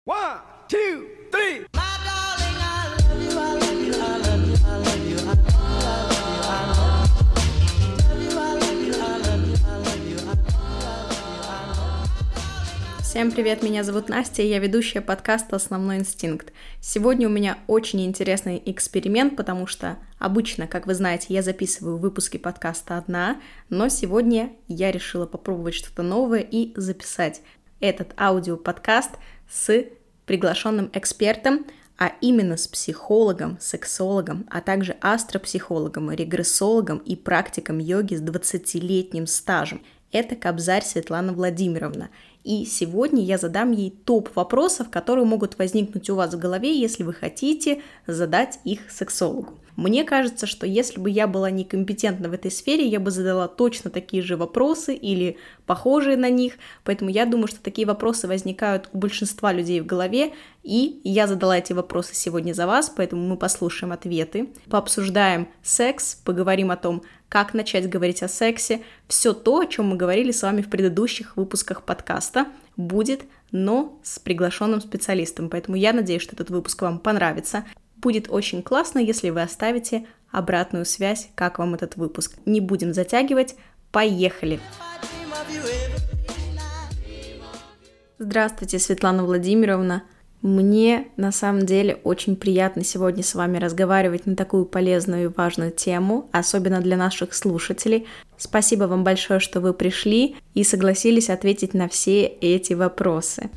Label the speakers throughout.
Speaker 1: One, two, three.
Speaker 2: Всем привет, меня зовут Настя, и я ведущая подкаста «Основной инстинкт». Сегодня у меня очень интересный эксперимент, потому что обычно, как вы знаете, я записываю выпуски подкаста одна, но сегодня я решила попробовать что-то новое и записать этот аудиоподкаст с приглашенным экспертом, а именно с психологом, сексологом, а также астропсихологом, регрессологом и практиком йоги с 20-летним стажем. Это Кобзарь Светлана Владимировна. И сегодня я задам ей топ вопросов, которые могут возникнуть у вас в голове, если вы хотите задать их сексологу. Мне кажется, что если бы я была некомпетентна в этой сфере, я бы задала точно такие же вопросы или похожие на них, поэтому я думаю, что такие вопросы возникают у большинства людей в голове, и я задала эти вопросы сегодня за вас, поэтому мы послушаем ответы, пообсуждаем секс, поговорим о том, как начать говорить о сексе. Все то, о чем мы говорили с вами в предыдущих выпусках подкаста, будет, но с приглашенным специалистом. Поэтому я надеюсь, что этот выпуск вам понравится. Будет очень классно, если вы оставите обратную связь, как вам этот выпуск. Не будем затягивать, поехали! Здравствуйте, Светлана Владимировна. Мне на самом деле очень приятно сегодня с вами разговаривать на такую полезную и важную тему, особенно для наших слушателей. Спасибо вам большое, что вы пришли и согласились ответить на все эти вопросы.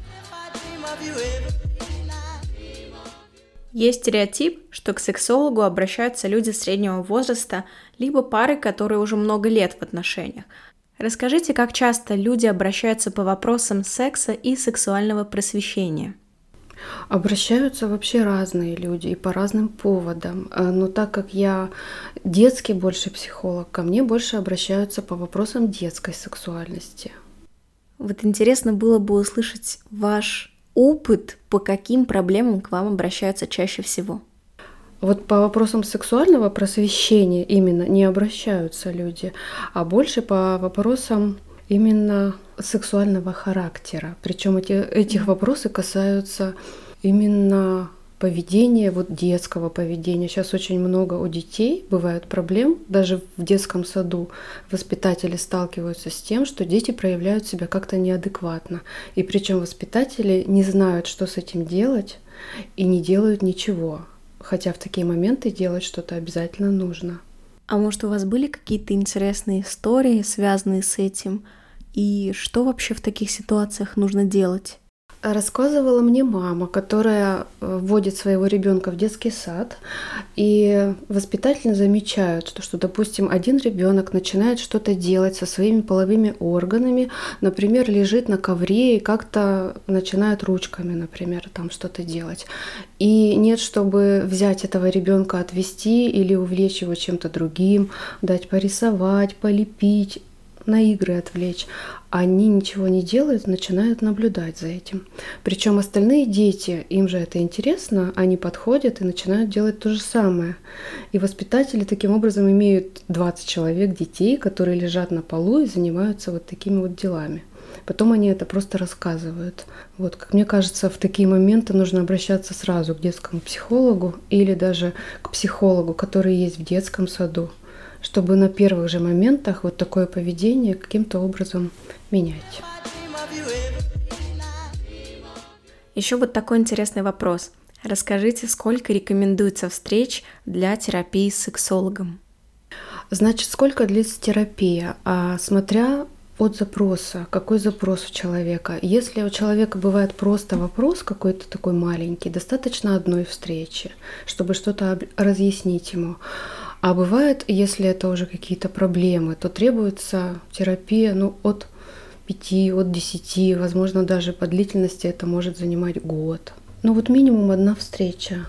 Speaker 2: Есть стереотип, что к сексологу обращаются люди среднего возраста, либо пары, которые уже много лет в отношениях. Расскажите, как часто люди обращаются по вопросам секса и сексуального просвещения?
Speaker 3: Обращаются вообще разные люди и по разным поводам. Но так как я детский больше психолог, ко мне больше обращаются по вопросам детской сексуальности.
Speaker 2: Вот интересно было бы услышать ваш опыт, по каким проблемам к вам обращаются чаще всего.
Speaker 3: Вот по вопросам сексуального просвещения именно не обращаются люди, а больше по вопросам именно сексуального характера. Причем этих вопросы касаются именно поведения, вот детского поведения. Сейчас очень много у детей бывает проблем, даже в детском саду воспитатели сталкиваются с тем, что дети проявляют себя как-то неадекватно. И причем воспитатели не знают, что с этим делать, и не делают ничего. Хотя в такие моменты делать что-то обязательно нужно.
Speaker 2: А может, у вас были какие-то интересные истории, связанные с этим? И что вообще в таких ситуациях нужно делать?
Speaker 3: Рассказывала мне мама, которая вводит своего ребенка в детский сад, и воспитатели замечают, что, допустим, один ребенок начинает что-то делать со своими половыми органами, например, лежит на ковре и как-то начинает ручками, например, там что-то делать. И нет, чтобы взять этого ребенка, отвести или увлечь его чем-то другим, дать порисовать, полепить, на игры отвлечь. Они ничего не делают, начинают наблюдать за этим. Причем остальные дети, им же это интересно, они подходят и начинают делать то же самое. И воспитатели таким образом имеют 20 человек, детей, которые лежат на полу и занимаются вот такими вот делами. Потом они это просто рассказывают. Вот, как мне кажется, в такие моменты нужно обращаться сразу к детскому психологу или даже к психологу, который есть в детском саду, чтобы на первых же моментах вот такое поведение каким-то образом менять.
Speaker 2: Еще вот такой интересный вопрос. Расскажите, сколько рекомендуется встреч для терапии с сексологом?
Speaker 3: Значит, сколько длится терапия? Смотря от запроса, какой запрос у человека. Если у человека бывает просто вопрос какой-то такой маленький, достаточно одной встречи, чтобы что-то разъяснить ему. А бывает, если это уже какие-то проблемы, то требуется терапия от 5, от 10, возможно, даже по длительности это может занимать год. Вот минимум одна встреча.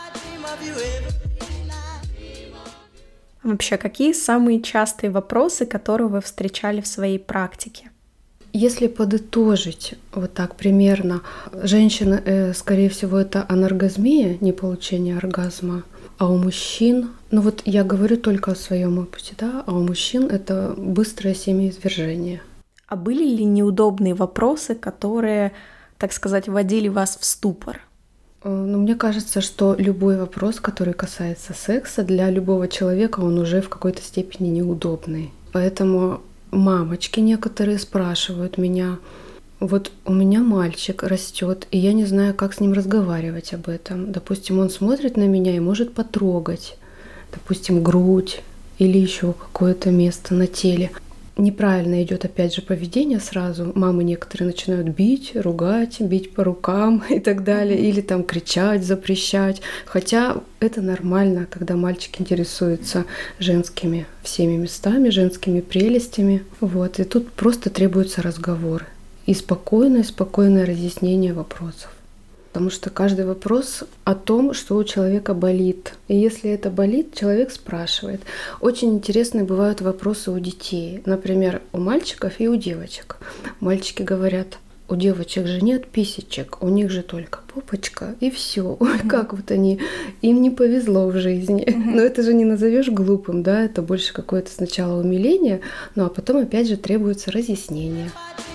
Speaker 2: Вообще, какие самые частые вопросы, которые вы встречали в своей практике?
Speaker 3: Если подытожить вот так примерно, женщина, скорее всего, это аноргазмия, не получение оргазма, а у мужчин, я говорю только о своем опыте, а у мужчин это быстрое семяизвержение.
Speaker 2: А были ли неудобные вопросы, которые так сказать, вводили вас в ступор?
Speaker 3: Ну, мне кажется, что любой вопрос, который касается секса, для любого человека он уже в какой-то степени неудобный. Поэтому мамочки некоторые спрашивают меня, вот у меня мальчик растет, и я не знаю, как с ним разговаривать об этом. Допустим, он смотрит на меня и может потрогать, допустим, грудь или еще какое-то место на теле. Неправильно идет опять же поведение сразу. Мамы некоторые начинают бить, ругать, бить по рукам и так далее. Или там кричать, запрещать. Хотя это нормально, когда мальчик интересуется женскими всеми местами, женскими прелестями. Вот. И тут просто требуется разговор. И спокойное разъяснение вопросов. Потому что каждый вопрос о том, что у человека болит. И если это болит, человек спрашивает. Очень интересные бывают вопросы у детей. Например, у мальчиков и у девочек. Мальчики говорят, у девочек же нет писечек, у них же только попочка, и все. Ой, как вот они, им не повезло в жизни. Но это же не назовешь глупым, да, это больше какое-то сначала умиление, ну а потом опять же требуется разъяснение.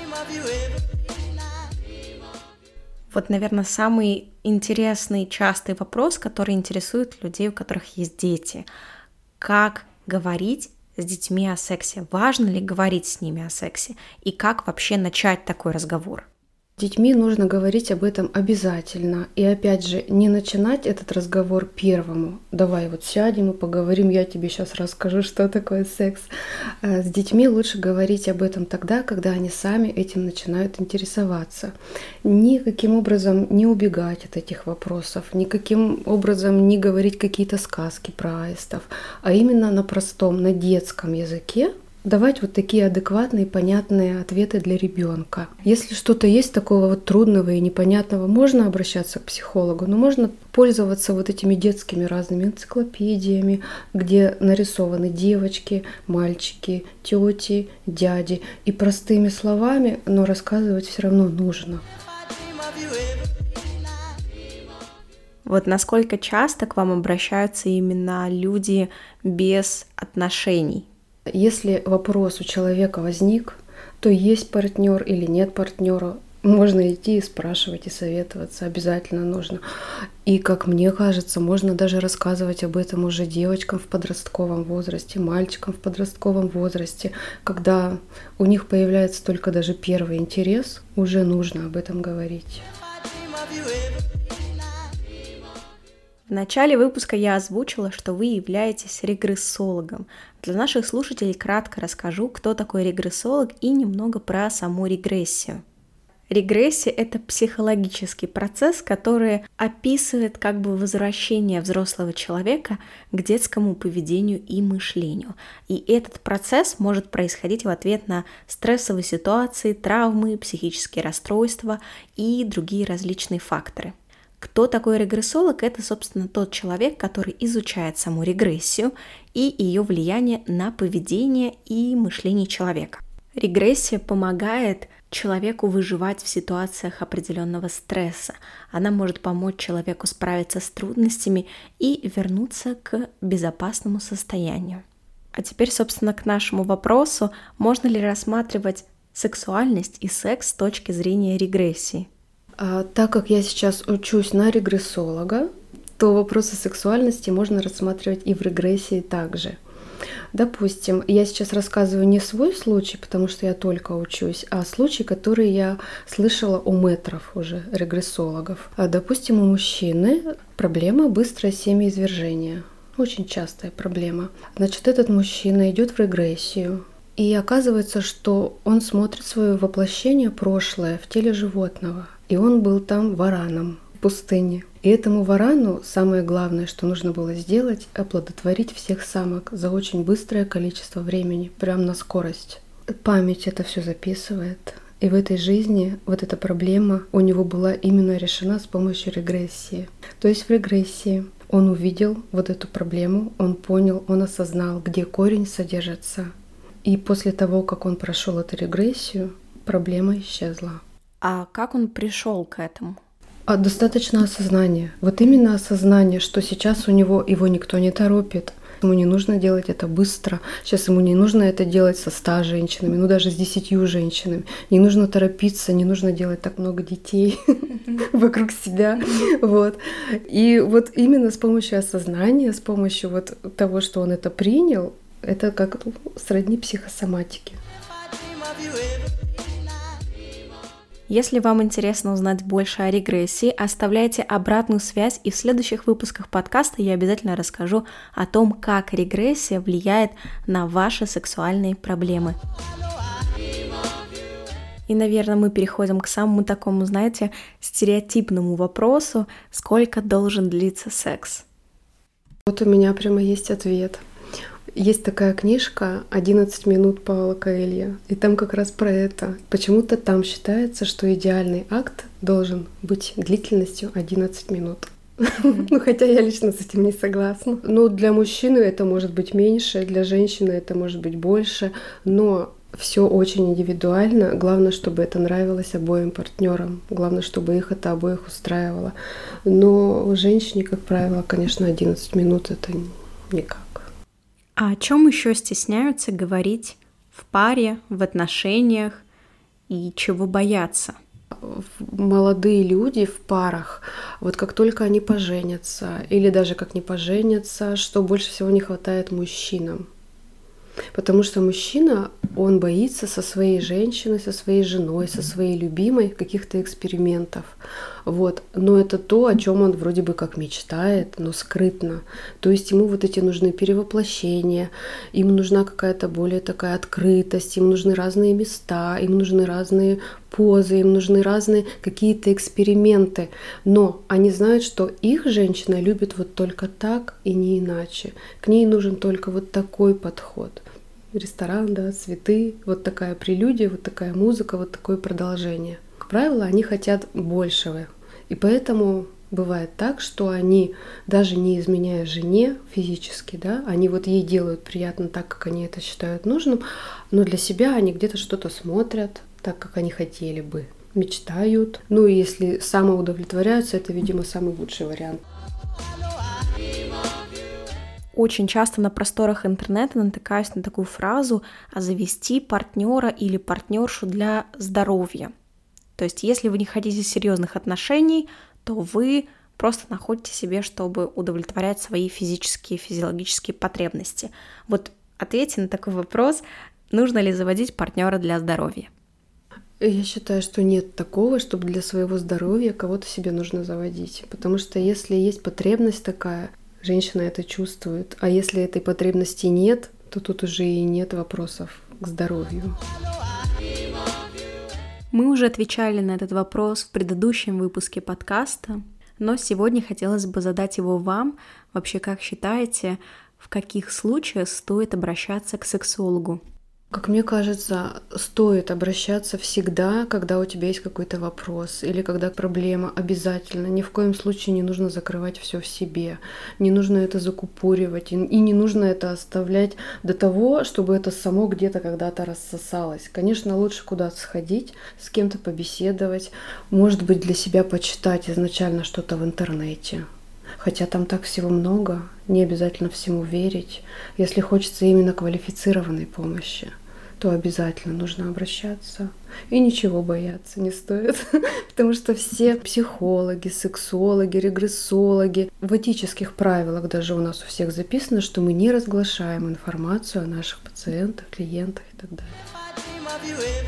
Speaker 2: Вот, наверное, самый интересный, частый вопрос, который интересует людей, у которых есть дети. Как говорить с детьми о сексе? Важно ли говорить с ними о сексе? И как вообще начать такой разговор?
Speaker 3: С детьми нужно говорить об этом обязательно. И опять же, не начинать этот разговор первому. Давай вот сядем и поговорим, я тебе сейчас расскажу, что такое секс. С детьми лучше говорить об этом тогда, когда они сами этим начинают интересоваться. Никаким образом не убегать от этих вопросов, никаким образом не говорить какие-то сказки про аистов, а именно на простом, на детском языке давать вот такие адекватные, понятные ответы для ребенка. Если что-то есть такого вот трудного и непонятного, можно обращаться к психологу, но можно пользоваться вот этими детскими разными энциклопедиями, где нарисованы девочки, мальчики, тети, дяди. И простыми словами, но рассказывать все равно нужно.
Speaker 2: Вот насколько часто к вам обращаются именно люди без отношений?
Speaker 3: Если вопрос у человека возник, то есть партнер или нет партнера, можно идти и спрашивать, и советоваться, обязательно нужно. И, как мне кажется, можно даже рассказывать об этом уже девочкам в подростковом возрасте, мальчикам в подростковом возрасте. Когда у них появляется только даже первый интерес, уже нужно об этом говорить.
Speaker 2: В начале выпуска я озвучила, что вы являетесь регрессологом. Для наших слушателей кратко расскажу, кто такой регрессолог и немного про саму регрессию. Регрессия – это психологический процесс, который описывает как бы возвращение взрослого человека к детскому поведению и мышлению. И этот процесс может происходить в ответ на стрессовые ситуации, травмы, психические расстройства и другие различные факторы. Кто такой регрессолог? Это, собственно, тот человек, который изучает саму регрессию и ее влияние на поведение и мышление человека. Регрессия помогает человеку выживать в ситуациях определенного стресса. Она может помочь человеку справиться с трудностями и вернуться к безопасному состоянию. А теперь, собственно, к нашему вопросу, можно ли рассматривать сексуальность и секс с точки зрения регрессии?
Speaker 3: Так как я сейчас учусь на регрессолога, то вопросы сексуальности можно рассматривать и в регрессии также. Допустим, я сейчас рассказываю не свой случай, потому что я только учусь, а случай, который я слышала у мэтров уже, регрессологов. Допустим, у мужчины проблема быстрое семяизвержение. Очень частая проблема. Значит, этот мужчина идет в регрессию. И оказывается, что он смотрит свое воплощение прошлое в теле животного. И он был там вараном в пустыне. И этому варану самое главное, что нужно было сделать, оплодотворить всех самок за очень быстрое количество времени, прям на скорость. Память это все записывает. И в этой жизни вот эта проблема у него была именно решена с помощью регрессии. То есть в регрессии он увидел вот эту проблему, он понял, он осознал, где корень содержится. И после того, как он прошел эту регрессию, проблема исчезла.
Speaker 2: А как он пришел к этому?
Speaker 3: Достаточно осознания. Вот именно осознание, что сейчас у него его никто не торопит. Ему не нужно делать это быстро. Сейчас ему не нужно это делать со 100 женщинами, даже с 10 женщинами. Не нужно торопиться, не нужно делать так много детей вокруг себя. Вот. И вот именно с помощью осознания, с помощью вот того, что он это принял, это как сродни психосоматике.
Speaker 2: Если вам интересно узнать больше о регрессии, оставляйте обратную связь, и в следующих выпусках подкаста я обязательно расскажу о том, как регрессия влияет на ваши сексуальные проблемы. И, наверное, мы переходим к самому такому, знаете, стереотипному вопросу, сколько должен длиться секс?
Speaker 3: Вот у меня прямо есть ответ. Есть такая книжка «11 минут» Паула Коэльо, и там как раз про это. Почему-то там считается, что идеальный акт должен быть длительностью 11 минут. Хотя я лично с этим не согласна. Для мужчины это может быть меньше, для женщины это может быть больше, но все очень индивидуально. Главное, чтобы это нравилось обоим партнерам. Главное, чтобы их это обоих устраивало. Но женщине, как правило, конечно, 11 минут это никак.
Speaker 2: А о чем еще стесняются говорить в паре, в отношениях и чего боятся?
Speaker 3: Молодые люди в парах, вот как только они поженятся, или даже как не поженятся, что больше всего не хватает мужчинам. Потому что мужчина, он боится со своей женщиной, со своей женой, со своей любимой каких-то экспериментов. Вот. Но это то, о чем он вроде бы как мечтает, но скрытно. То есть ему вот эти нужны перевоплощения, им нужна какая-то более такая открытость, им нужны разные места, им нужны разные позы, им нужны разные какие-то эксперименты. Но они знают, что их женщина любит вот только так и не иначе. К ней нужен только вот такой подход. Ресторан, да, цветы, вот такая прелюдия, вот такая музыка, вот такое продолжение. Как правило, они хотят большего. И поэтому бывает так, что они, даже не изменяя жене физически, да, они вот ей делают приятно так, как они это считают нужным, но для себя они где-то что-то смотрят так, как они хотели бы, мечтают. И если самоудовлетворяются, это, видимо, самый лучший вариант.
Speaker 2: Очень часто на просторах интернета натыкаюсь на такую фразу «завести партнера или партнершу для здоровья». То есть, если вы не хотите серьезных отношений, то вы просто находите себе, чтобы удовлетворять свои физические, физиологические потребности. Вот ответьте на такой вопрос, нужно ли заводить партнера для здоровья?
Speaker 3: Я считаю, что нет такого, чтобы для своего здоровья кого-то себе нужно заводить. Потому что если есть потребность такая, женщина это чувствует. А если этой потребности нет, то тут уже и нет вопросов к здоровью.
Speaker 2: Мы уже отвечали на этот вопрос в предыдущем выпуске подкаста, но сегодня хотелось бы задать его вам. Вообще, как считаете, в каких случаях стоит обращаться к сексологу?
Speaker 3: Как мне кажется, стоит обращаться всегда, когда у тебя есть какой-то вопрос или когда проблема, обязательно. Ни в коем случае не нужно закрывать все в себе, не нужно это закупоривать и не нужно это оставлять до того, чтобы это само где-то когда-то рассосалось. Конечно, лучше куда-то сходить, с кем-то побеседовать, может быть, для себя почитать изначально что-то в интернете. Хотя там так всего много, не обязательно всему верить. Если хочется именно квалифицированной помощи, то обязательно нужно обращаться. И ничего бояться не стоит. Потому что все психологи, сексологи, регрессологи, в этических правилах даже у нас у всех записано, что мы не разглашаем информацию о наших пациентах, клиентах и так далее.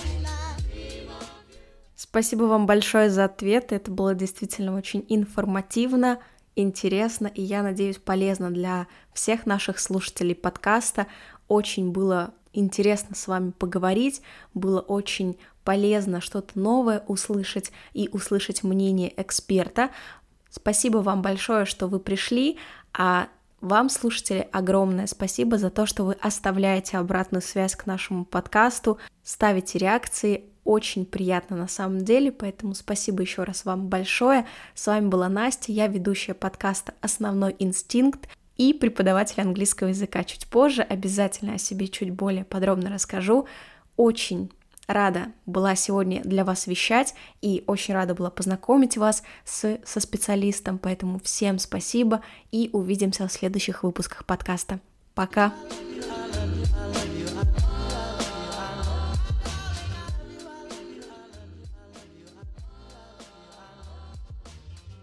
Speaker 2: Спасибо вам большое за ответ. Это было действительно очень информативно, интересно и, я надеюсь, полезно для всех наших слушателей подкаста. Очень было интересно с вами поговорить, было очень полезно что-то новое услышать и услышать мнение эксперта. Спасибо вам большое, что вы пришли, а вам, слушатели, огромное спасибо за то, что вы оставляете обратную связь к нашему подкасту, ставите реакции. Очень приятно на самом деле, поэтому спасибо еще раз вам большое. С вами была Настя, я ведущая подкаста «Основной инстинкт» и преподаватель английского языка. Чуть позже обязательно о себе чуть более подробно расскажу. Очень рада была сегодня для вас вещать и очень рада была познакомить вас со специалистом, поэтому всем спасибо и увидимся в следующих выпусках подкаста. Пока!